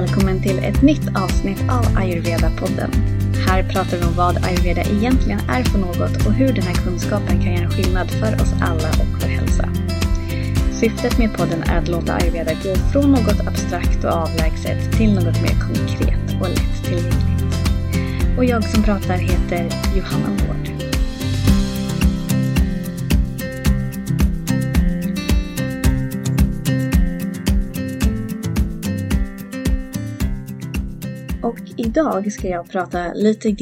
välkommen till ett nytt avsnitt av Ayurveda-podden. Här pratar vi om vad Ayurveda egentligen är för något och hur den här kunskapen kan göra skillnad för oss alla och för hälsa. Syftet med podden är att låta Ayurveda gå från något abstrakt och avlägset till något mer konkret och lättillgängligt. Och jag som pratar heter Johanna Wård. Och idag ska jag prata lite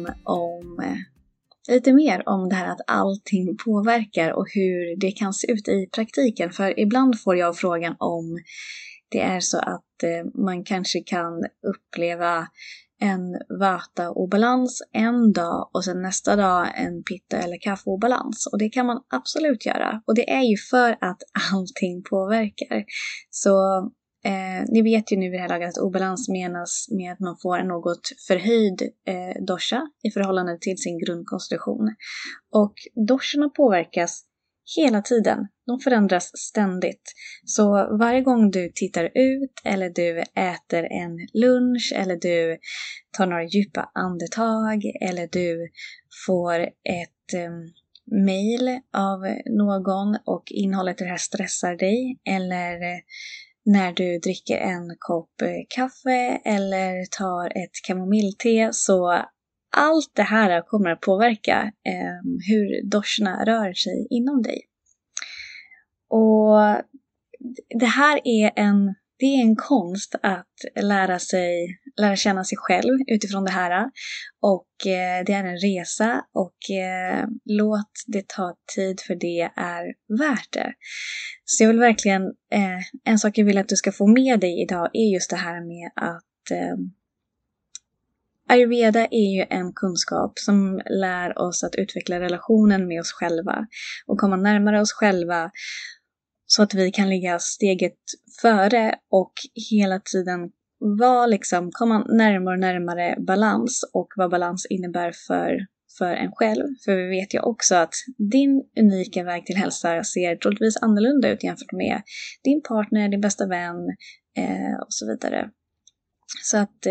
mer om det här att allting påverkar och hur det kan se ut i praktiken. För ibland får jag frågan om det är så att man kanske kan uppleva en vata-obalans en dag och sen nästa dag en pitta- eller kaffe-obalans. Och det kan man absolut göra. Och det är ju för att allting påverkar. Så ni vet ju nu vid det här laget att obalans menas med att man får en något förhöjd dosha i förhållande till sin grundkonstitution. Och doshorna påverkas hela tiden. De förändras ständigt. Så varje gång du tittar ut eller du äter en lunch eller du tar några djupa andetag eller du får ett mejl av någon och innehållet i det här stressar dig eller när du dricker en kopp kaffe eller tar ett kamomillte, så allt det här kommer att påverka hur doshorna rör sig inom dig. Och det här är en konst att lära känna sig själv utifrån det här. Och det är en resa och låt det ta tid för det är värt det. Så jag vill verkligen, en sak jag vill att du ska få med dig idag är just det här med att Ayurveda är ju en kunskap som lär oss att utveckla relationen med oss själva och komma närmare oss själva så att vi kan ligga steget före och hela tiden komma närmare och närmare balans och vad balans innebär för en själv. För vi vet ju också att din unika väg till hälsa ser troligtvis annorlunda ut jämfört med din partner, din bästa vän och så vidare. Så att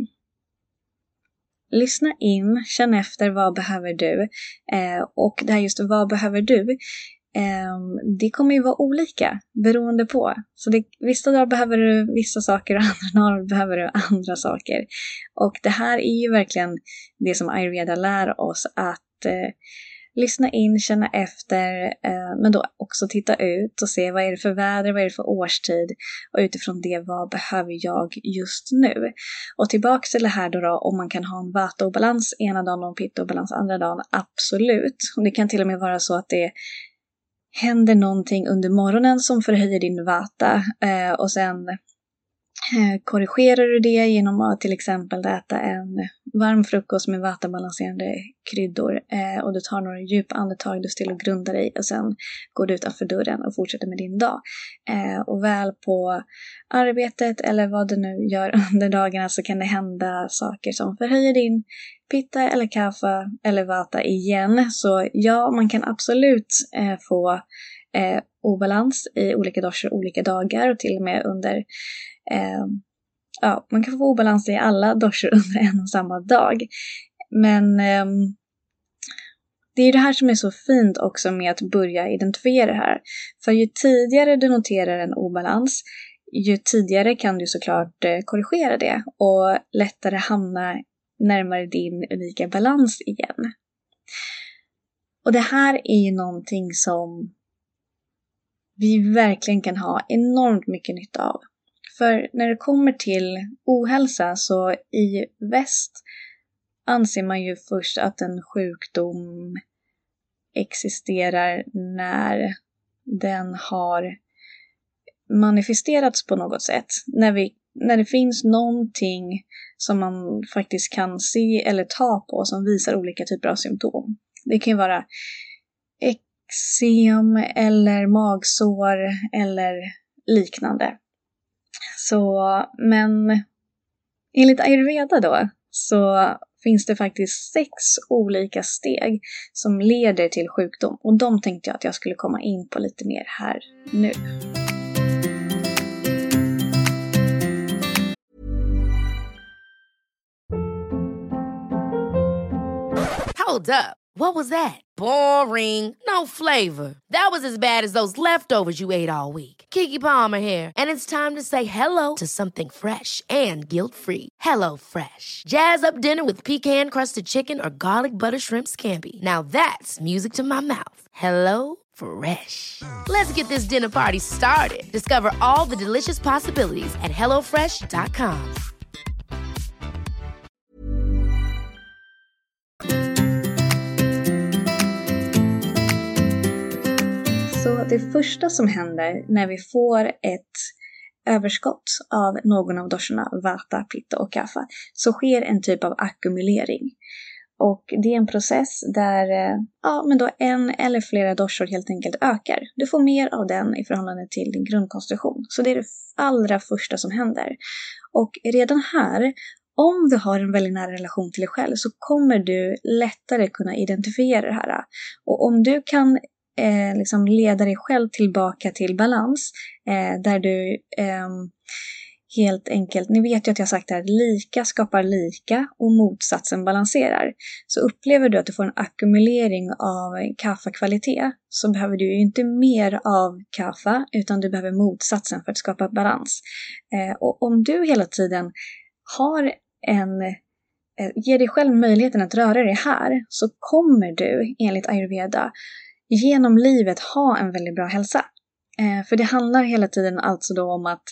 lyssna in, känn efter vad behöver du och det här just vad behöver du. Det kommer ju vara olika beroende på. Så vissa dagar behöver du vissa saker och andra dagar behöver du andra saker. Och det här är ju verkligen det som Ayurveda lär oss att lyssna in, känna efter, men då också titta ut och se vad är det för väder, vad är det för årstid och utifrån det vad behöver jag just nu. Och tillbaka till det här då om man kan ha en vata-obalans ena dagen och en pitta-obalans andra dagen, absolut. Och det kan till och med vara så att det händer någonting under morgonen som förhöjer din vata och sen korrigerar du det genom att till exempel äta en varm frukost med vata-balanserande kryddor och du tar några djupa andetag, du still och grundar dig och sen går du utanför dörren och fortsätter med din dag. Och väl på arbetet eller vad du nu gör under dagarna så kan det hända saker som förhöjer din pitta eller kaffe eller vata igen. Så ja, man kan absolut få obalans i olika doshor olika dagar och till och med under man kan få obalans i alla doshor under en och samma dag. Men det är det här som är så fint också med att börja identifiera det här. För ju tidigare du noterar en obalans, ju tidigare kan du såklart korrigera det och lättare hamna närmare din unika balans igen. Och det här är ju någonting som vi verkligen kan ha enormt mycket nytta av. För när det kommer till ohälsa så i väst anser man ju först att en sjukdom existerar när den har manifesterats på något sätt. När det finns någonting som man faktiskt kan se eller ta på som visar olika typer av symptom. Det kan ju vara eksem eller magsår eller liknande. Så, men enligt Ayurveda då så finns det faktiskt 6 olika steg som leder till sjukdom. Och de tänkte jag att jag skulle komma in på lite mer här nu. Hold up. What was that? Boring. No flavor. That was as bad as those leftovers you ate all week. Keke Palmer here, and it's time to say hello to something fresh and guilt-free. Hello Fresh. Jazz up dinner with pecan-crusted chicken or garlic butter shrimp scampi. Now that's music to my mouth. Hello Fresh. Let's get this dinner party started. Discover all the delicious possibilities at hellofresh.com. Så det första som händer när vi får ett överskott av någon av doshorna, vata, pitta och kapha, så sker en typ av ackumulering. Och det är en process där men då en eller flera doshor helt enkelt ökar. Du får mer av den i förhållande till din grundkonstitution. Så det är det allra första som händer. Och redan här, om du har en väldigt nära relation till dig själv, så kommer du lättare kunna identifiera det här. Och om du kan liksom leda dig själv tillbaka till balans, där du helt enkelt, ni vet ju att jag har sagt att lika skapar lika och motsatsen balanserar. Så upplever du att du får en ackumulering av kapha-kvalitet, så behöver du ju inte mer av kapha, utan du behöver motsatsen för att skapa balans. Och om du hela tiden har ger dig själv möjligheten att röra dig här, så kommer du enligt Ayurveda genom livet ha en väldigt bra hälsa. För det handlar hela tiden alltså då om att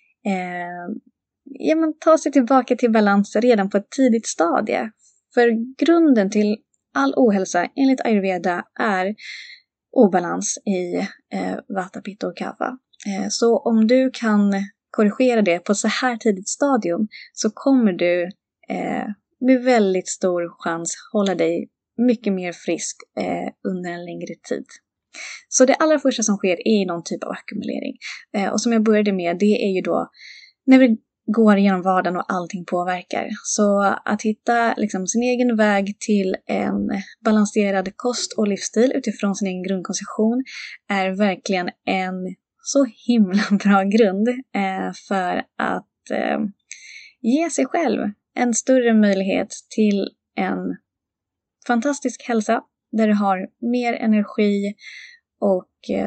ta sig tillbaka till balans redan på ett tidigt stadie. För grunden till all ohälsa enligt Ayurveda är obalans i vata, pitta och kapha. Så om du kan korrigera det på så här tidigt stadium, så kommer du med väldigt stor chans hålla dig mycket mer frisk under en längre tid. Så det allra första som sker är någon typ av ackumulering. Och som jag började med, det är ju då när vi går igenom vardagen och allting påverkar. Så att hitta liksom sin egen väg till en balanserad kost och livsstil utifrån sin egen grundkonstitution är verkligen en så himla bra grund för att ge sig själv en större möjlighet till en fantastisk hälsa där du har mer energi och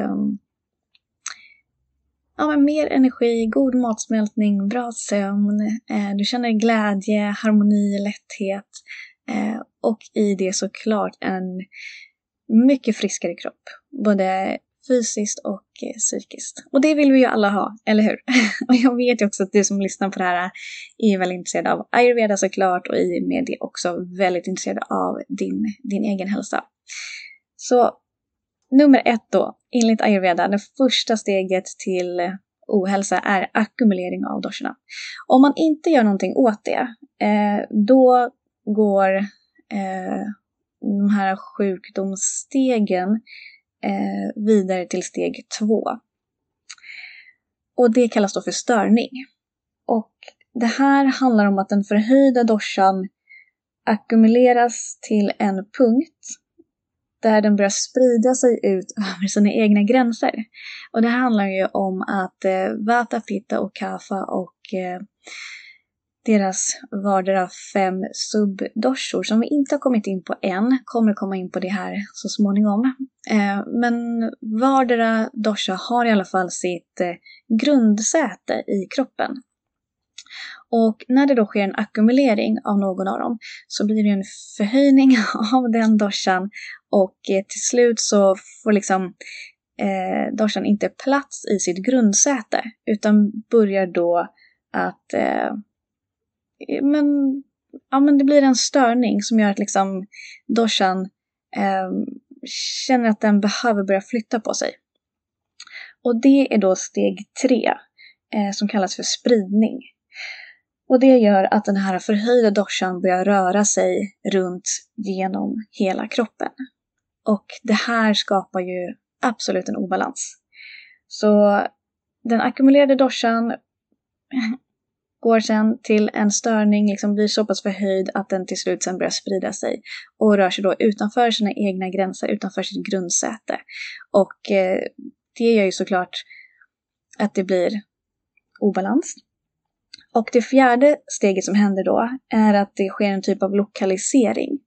mer energi, god matsmältning, bra sömn, du känner glädje, harmoni, lätthet och i det såklart en mycket friskare kropp, både fysiskt och psykiskt. Och det vill vi ju alla ha, eller hur? Och jag vet ju också att du som lyssnar på det här är väldigt intresserad av Ayurveda såklart, och i och med det också väldigt intresserad av din egen hälsa. Så nummer 1 då, enligt Ayurveda, det första steget till ohälsa är ackumulering av doshorna. Om man inte gör någonting åt det, då går de här sjukdomsstegen vidare till steg 2. Och det kallas då för störning. Och det här handlar om att den förhöjda doshan ackumuleras till en punkt där den börjar sprida sig ut över sina egna gränser. Och det handlar ju om att vata, pitta och kapha och deras vardera 5 subdoshor som vi inte har kommit in på än, kommer komma in på det här så småningom. Men vardera dosha har i alla fall sitt grundsäte i kroppen. Och när det då sker en ackumulering av någon av dem, så blir det en förhöjning av den doshan, och till slut så får liksom doshan inte plats i sitt grundsäte, utan börjar då att men det blir en störning som gör att liksom doshan känner att den behöver börja flytta på sig. Och det är då steg 3 som kallas för spridning. Och det gör att den här förhöjda doshan börjar röra sig runt genom hela kroppen. Och det här skapar ju absolut en obalans. Så den ackumulerade doshan går sen till en störning, liksom blir så pass förhöjd att den till slut sen börjar sprida sig och rör sig då utanför sina egna gränser, utanför sitt grundsäte. Och det gör ju såklart att det blir obalans. Och det fjärde steget som händer då är att det sker en typ av lokalisering.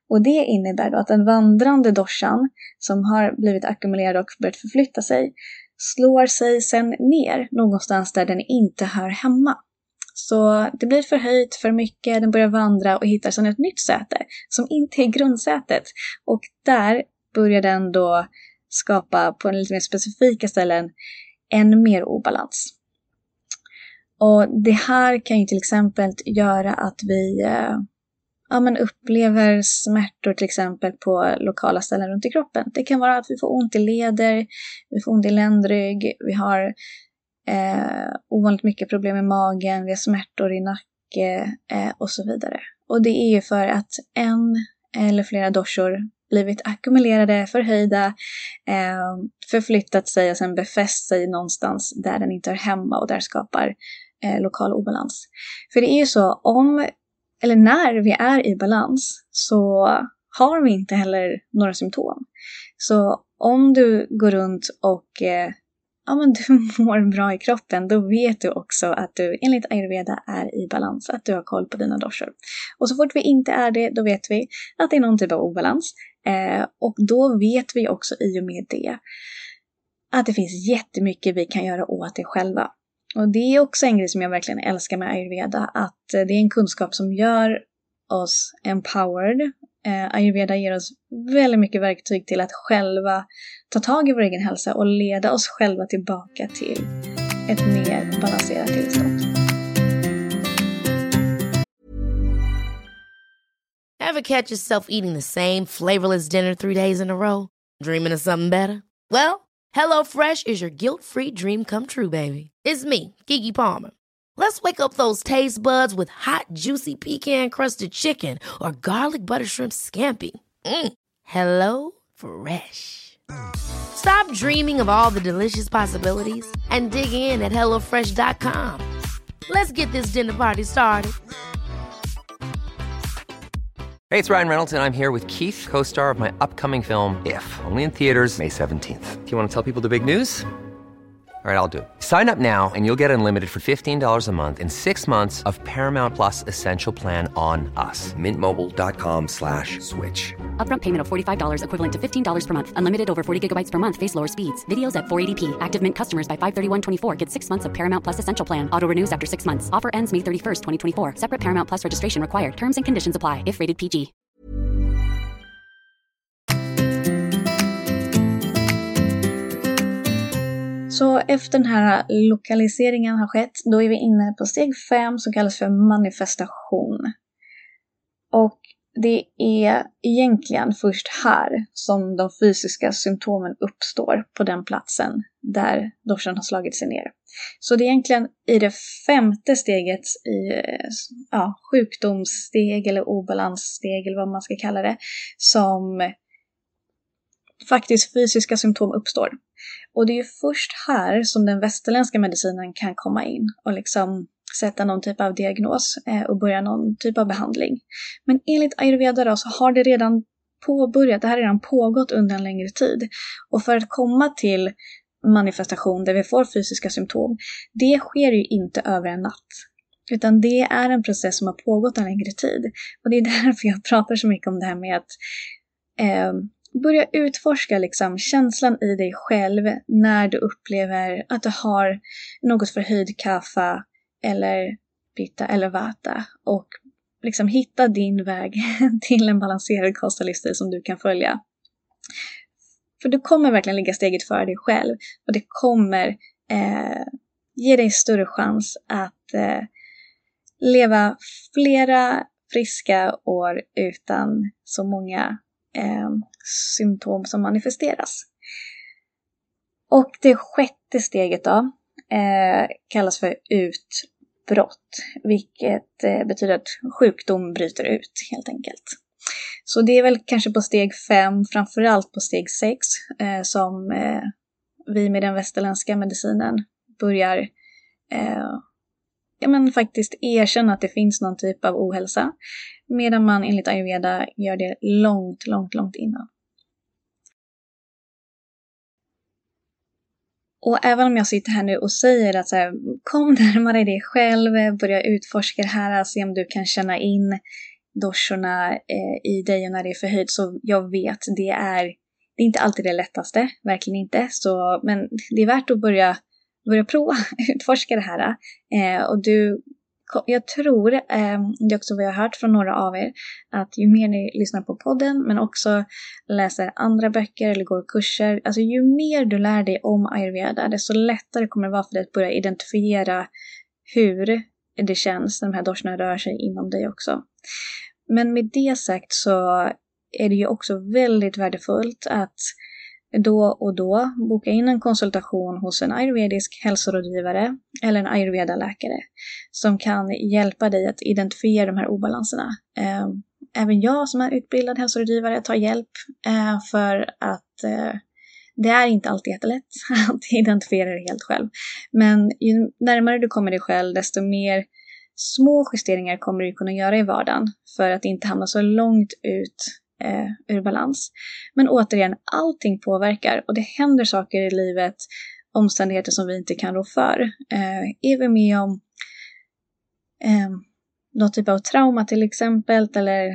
Och det innebär då att den vandrande doshan som har blivit ackumulerad och börjat förflytta sig slår sig sen ner någonstans där den inte hör hemma. Så det blir förhöjt för mycket, den börjar vandra och hittar sedan ett nytt säte som inte är grundsätet. Och där börjar den då skapa på en lite mer specifika ställen än mer obalans. Och det här kan ju till exempel göra att vi upplever smärtor till exempel på lokala ställen runt i kroppen. Det kan vara att vi får ont i leder, vi får ont i ländrygg, vi har ovanligt mycket problem med magen, vi har smärtor i nacke och så vidare. Och det är ju för att en eller flera doshor blivit ackumulerade, förhöjda, förflyttat sig och sen befäst sig någonstans där den inte hör hemma och där skapar lokal obalans. För det är ju så, när vi är i balans så har vi inte heller några symptom. Så om du går runt och du mår bra i kroppen, då vet du också att du enligt Ayurveda är i balans, att du har koll på dina doshor. Och så fort vi inte är det, då vet vi att det är någon typ av obalans. Och då vet vi också i och med det att det finns jättemycket vi kan göra åt det själva. Och det är också en grej som jag verkligen älskar med Ayurveda, att det är en kunskap som gör oss empowered. Ayurveda ger oss väldigt mycket verktyg till att själva ta tag i vår egen hälsa och leda oss själva tillbaka till ett mer balanserat tillstånd. Ever catch yourself eating the same flavorless dinner 3 days in a row? Dreaming of something better? Well, HelloFresh is your guilt-free dream come true, baby. It's me, Keke Palmer. Let's wake up those taste buds with hot, juicy pecan-crusted chicken or garlic butter shrimp scampi. Hello Fresh. Stop dreaming of all the delicious possibilities and dig in at HelloFresh.com. Let's get this dinner party started. Hey, it's Ryan Reynolds, and I'm here with Keith, co-star of my upcoming film, If, only in theaters May 17th. Do you want to tell people the big news? All right, I'll do it. Sign up now and you'll get unlimited for $15 a month and 6 months of Paramount Plus Essential Plan on us. MintMobile.com/switch. Upfront payment of $45 equivalent to $15 per month. Unlimited over 40 gigabytes per month. Face lower speeds. Videos at 480p. Active Mint customers by 531.24 get 6 months of Paramount Plus Essential Plan. Auto renews after 6 months. Offer ends May 31st, 2024. Separate Paramount Plus registration required. Terms and conditions apply if rated PG. Så efter den här lokaliseringen har skett, då är vi inne på steg 5 som kallas för manifestation. Och det är egentligen först här som de fysiska symptomen uppstår på den platsen där doshan har slagit sig ner. Så det är egentligen i det 5:e steget i sjukdomssteg eller obalanssteg eller vad man ska kalla det, som faktiskt fysiska symptom uppstår. Och det är ju först här som den västerländska medicinen kan komma in och liksom sätta någon typ av diagnos och börja någon typ av behandling. Men enligt Ayurveda då, så har det redan påbörjat, det här har redan pågått under en längre tid. Och för att komma till manifestation där vi får fysiska symptom, det sker ju inte över en natt. Utan det är en process som har pågått en längre tid. Och det är därför jag pratar så mycket om det här med att börja utforska liksom känslan i dig själv när du upplever att du har något förhöjd kapha eller pitta eller vata, och liksom hitta din väg till en balanserad kost och livsstil som du kan följa. För du kommer verkligen ligga steget för dig själv, och det kommer ge dig större chans att leva flera friska år utan så många symptom som manifesteras. Och det 6:e steget då kallas för utbrott, vilket betyder att sjukdom bryter ut helt enkelt. Så det är väl kanske på steg 5, framförallt på steg 6, som vi med den västerländska medicinen börjar faktiskt erkänna att det finns någon typ av ohälsa, medan man enligt Ayurveda gör det långt innan. Och även om jag sitter här nu och säger att kom närmare dig själv, börja utforska det här, se om du kan känna in doshorna i dig och när det är förhöjt, så jag vet det är inte alltid det lättaste, verkligen inte. Så, men det är värt att börja prova, utforska det här. Och jag tror, det är också vad jag har hört från några av er, att ju mer ni lyssnar på podden men också läser andra böcker eller går kurser, alltså ju mer du lär dig om ayurveda, desto lättare kommer det vara för dig att börja identifiera hur det känns när de här doshorna rör sig inom dig också. Men med det sagt så är det ju också väldigt värdefullt att då och då boka in en konsultation hos en ayurvedisk hälsorådgivare eller en ayurveda-läkare som kan hjälpa dig att identifiera de här obalanserna. Även jag som är utbildad hälsorådgivare tar hjälp för att det är inte alltid jättelätt att identifiera det helt själv. Men ju närmare du kommer dig själv, desto mer små justeringar kommer du kunna göra i vardagen för att inte hamna så långt ut ur balans. Men återigen, allting påverkar och det händer saker i livet, omständigheter som vi inte kan rå för. Är vi med om något typ av trauma till exempel, eller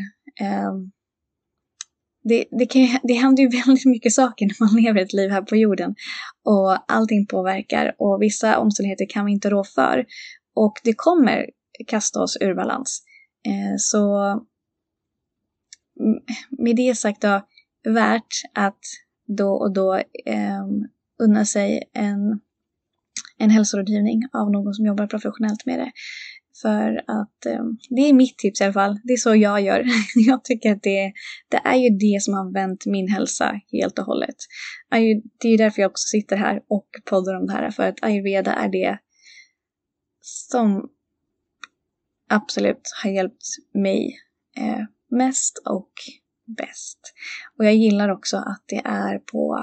det händer ju väldigt mycket saker när man lever ett liv här på jorden och allting påverkar och vissa omständigheter kan vi inte rå för och det kommer kasta oss ur balans. Så med det sagt då, värt att då och då unna sig en hälsorådgivning av någon som jobbar professionellt med det. För att det är mitt tips i alla fall. Det är så jag gör. Jag tycker att det är ju det som har vänt min hälsa helt och hållet. Det är ju därför jag också sitter här och poddar om det här. För att ayurveda är det som absolut har hjälpt mig mest och bäst. Och jag gillar också att det är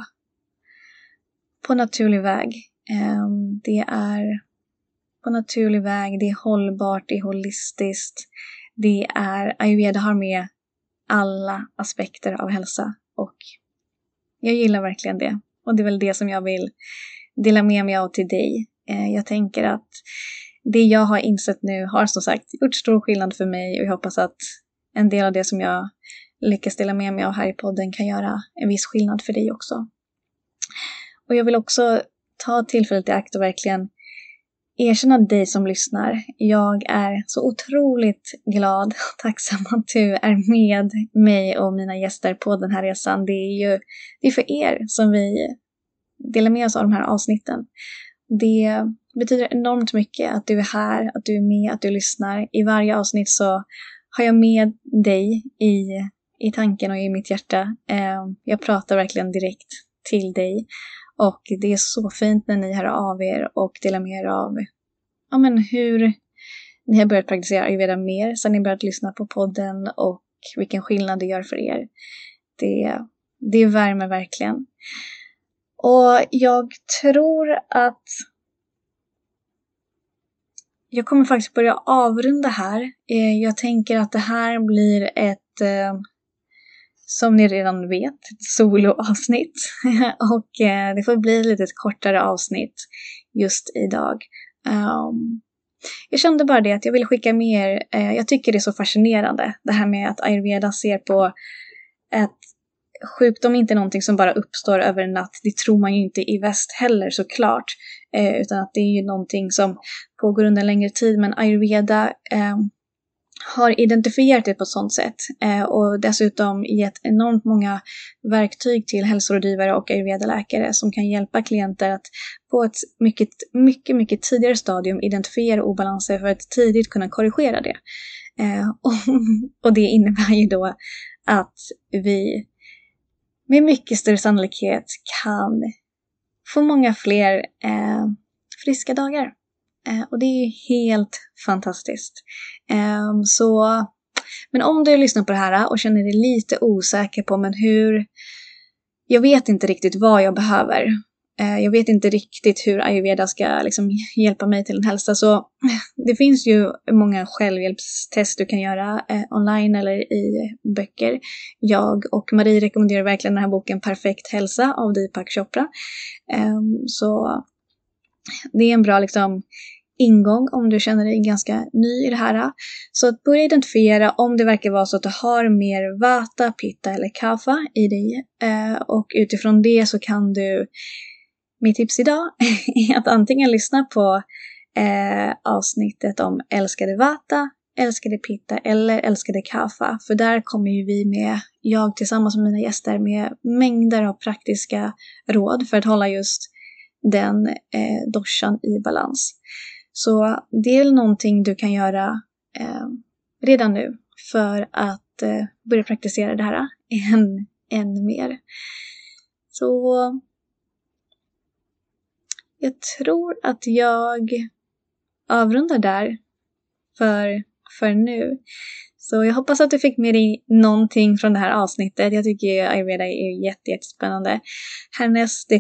på naturlig väg. Det är på naturlig väg, det är hållbart, det är holistiskt. Det är, ayurveda har med alla aspekter av hälsa och jag gillar verkligen det. Och det är väl det som jag vill dela med mig av till dig. Jag tänker att det jag har insett nu har som sagt gjort stor skillnad för mig och jag hoppas att en del av det som jag lyckas dela med mig av här i podden kan göra en viss skillnad för dig också. Och jag vill också ta tillfället i akt och verkligen erkänna dig som lyssnar. Jag är så otroligt glad och tacksam att du är med mig och mina gäster på den här resan. Det är för er som vi delar med oss av de här avsnitten. Det betyder enormt mycket att du är här, att du är med, att du lyssnar. I varje avsnitt så har jag med dig i tanken och i mitt hjärta. Jag pratar verkligen direkt till dig. Och det är så fint när ni hör av er och delar med er av hur ni har börjat praktisera ayurveda mer sen ni börjat lyssna på podden och vilken skillnad det gör för er. Det värmer verkligen. Och jag tror att jag kommer faktiskt börja avrunda här. Jag tänker att det här blir som ni redan vet, ett soloavsnitt. Och det får bli lite ett kortare avsnitt just idag. Jag kände bara det att jag vill skicka med er. Jag tycker det är så fascinerande. Det här med att ayurveda ser på att sjukdom inte är någonting som bara uppstår över en natt. Det tror man ju inte i väst heller såklart. Utan att det är ju någonting som pågår under en längre tid. Men ayurveda har identifierat det på ett sådant sätt och dessutom gett enormt många verktyg till hälsorådgivare och ayurveda-läkare som kan hjälpa klienter att på ett mycket, mycket, mycket tidigare stadium identifiera obalanser för att tidigt kunna korrigera det. Och det innebär ju då att vi med mycket större sannolikhet kan få många fler friska dagar. Och det är ju helt fantastiskt. Men om du lyssnar på det här och känner dig lite osäker på jag vet inte riktigt vad jag behöver. Jag vet inte riktigt hur ayurveda ska hjälpa mig till en hälsa. Så det finns ju många självhjälpstest du kan göra online eller i böcker. Jag och Marie rekommenderar verkligen den här boken Perfekt hälsa av Deepak Chopra. Så det är en bra ingång om du känner dig ganska ny i det här. Så att börja identifiera om det verkar vara så att du har mer vata, pitta eller kapha i dig. Och utifrån det så kan du, mitt tips idag är att antingen lyssna på avsnittet om älskade vata, älskade pitta eller älskade kapha. För där kommer ju vi med, jag tillsammans med mina gäster, med mängder av praktiska råd för att hålla just den doshan i balans. Så det är någonting du kan göra redan nu för att börja praktisera det här än mer. Så jag tror att jag avrundar där för nu. Så jag hoppas att du fick med dig någonting från det här avsnittet. Jag tycker Ayurveda är jättespännande. Härnäst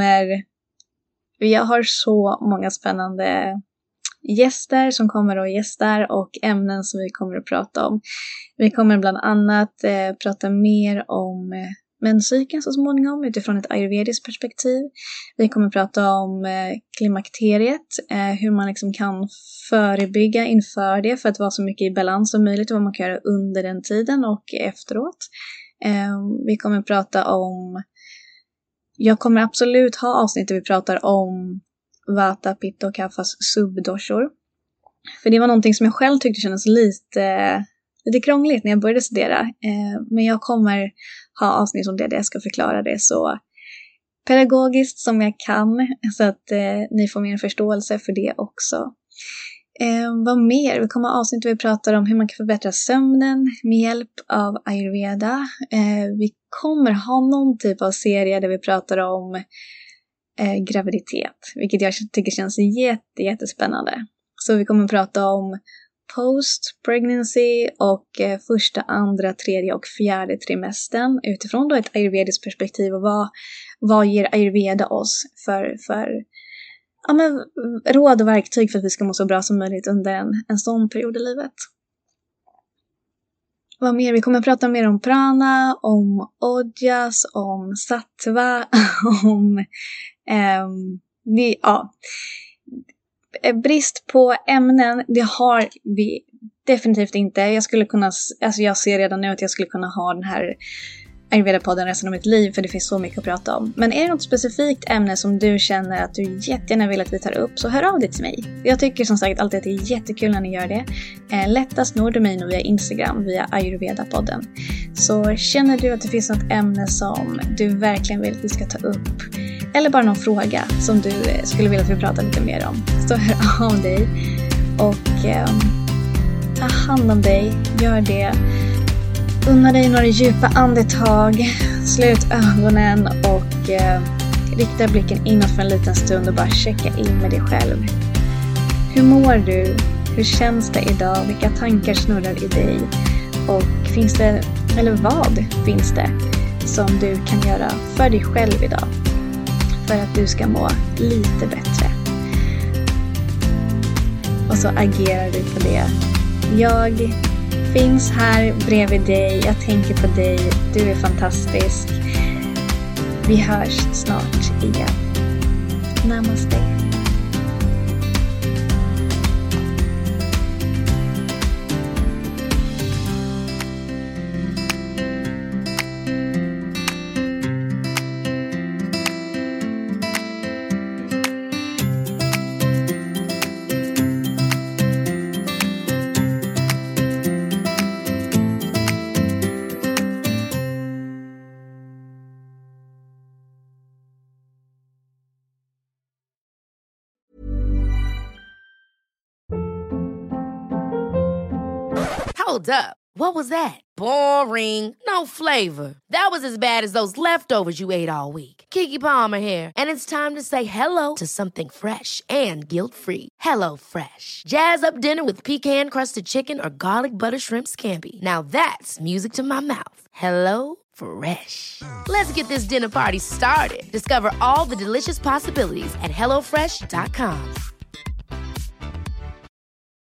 jag har så många spännande gäster som kommer och gästar och ämnen som vi kommer att prata om. Vi kommer bland annat prata mer om menscykeln så småningom utifrån ett ayurvediskt perspektiv. Vi kommer prata om klimakteriet, hur man liksom kan förebygga inför det för att vara så mycket i balans som möjligt och vad man kan göra under den tiden och efteråt. Vi kommer prata om, jag kommer absolut ha avsnitt där vi pratar om vata, pitta och kaphas subdoshor. För det var någonting som jag själv tyckte kändes lite krångligt när jag började studera. Men jag kommer ha avsnitt om det där jag ska förklara det så pedagogiskt som jag kan. Så att ni får mer förståelse för det också. Vad mer? Vi kommer ha avsnitt där vi pratar om hur man kan förbättra sömnen med hjälp av Ayurveda. Vi kommer ha någon typ av serie där vi pratar om graviditet. Vilket jag tycker känns jättespännande. Så vi kommer prata om post-pregnancy och första, andra, tredje och fjärde trimestern utifrån då ett ayurvediskt perspektiv och vad ger ayurveda oss för råd och verktyg för att vi ska må så bra som möjligt under en sån period i livet. Vad mer? Vi kommer prata mer om prana, om ojas, om sattva, om brist på ämnen, det har vi definitivt inte. Jag ser redan nu att jag skulle kunna ha den här Ayurveda-podden resten av mitt liv för det finns så mycket att prata om. Men är det något specifikt ämne som du känner att du jättegärna vill att vi tar upp så hör av dig till mig. Jag tycker som sagt alltid att det är jättekul när ni gör det. Lättast når du mig nu via Instagram, via Ayurveda-podden. Så känner du att det finns något ämne som du verkligen vill att vi ska ta upp eller bara någon fråga som du skulle vilja att vi pratar lite mer om, så hör av dig och ta hand om dig, gör det. Unna dig några djupa andetag, slut ögonen och rikta blicken inåt för en liten stund och bara checka in med dig själv. Hur mår du? Hur känns det idag? Vilka tankar snurrar i dig? Och vad finns det som du kan göra för dig själv idag? För att du ska må lite bättre. Och så agerar du på det. Jag finns här bredvid dig. Jag tänker på dig. Du är fantastisk. Vi hörs snart igen. Namaste. Hold up. What was that? Boring. No flavor. That was as bad as those leftovers you ate all week. Keke Palmer here. And it's time to say hello to something fresh and guilt-free. Hello Fresh. Jazz up dinner with pecan-crusted chicken or garlic butter shrimp scampi. Now that's music to my mouth. Hello Fresh. Let's get this dinner party started. Discover all the delicious possibilities at HelloFresh.com.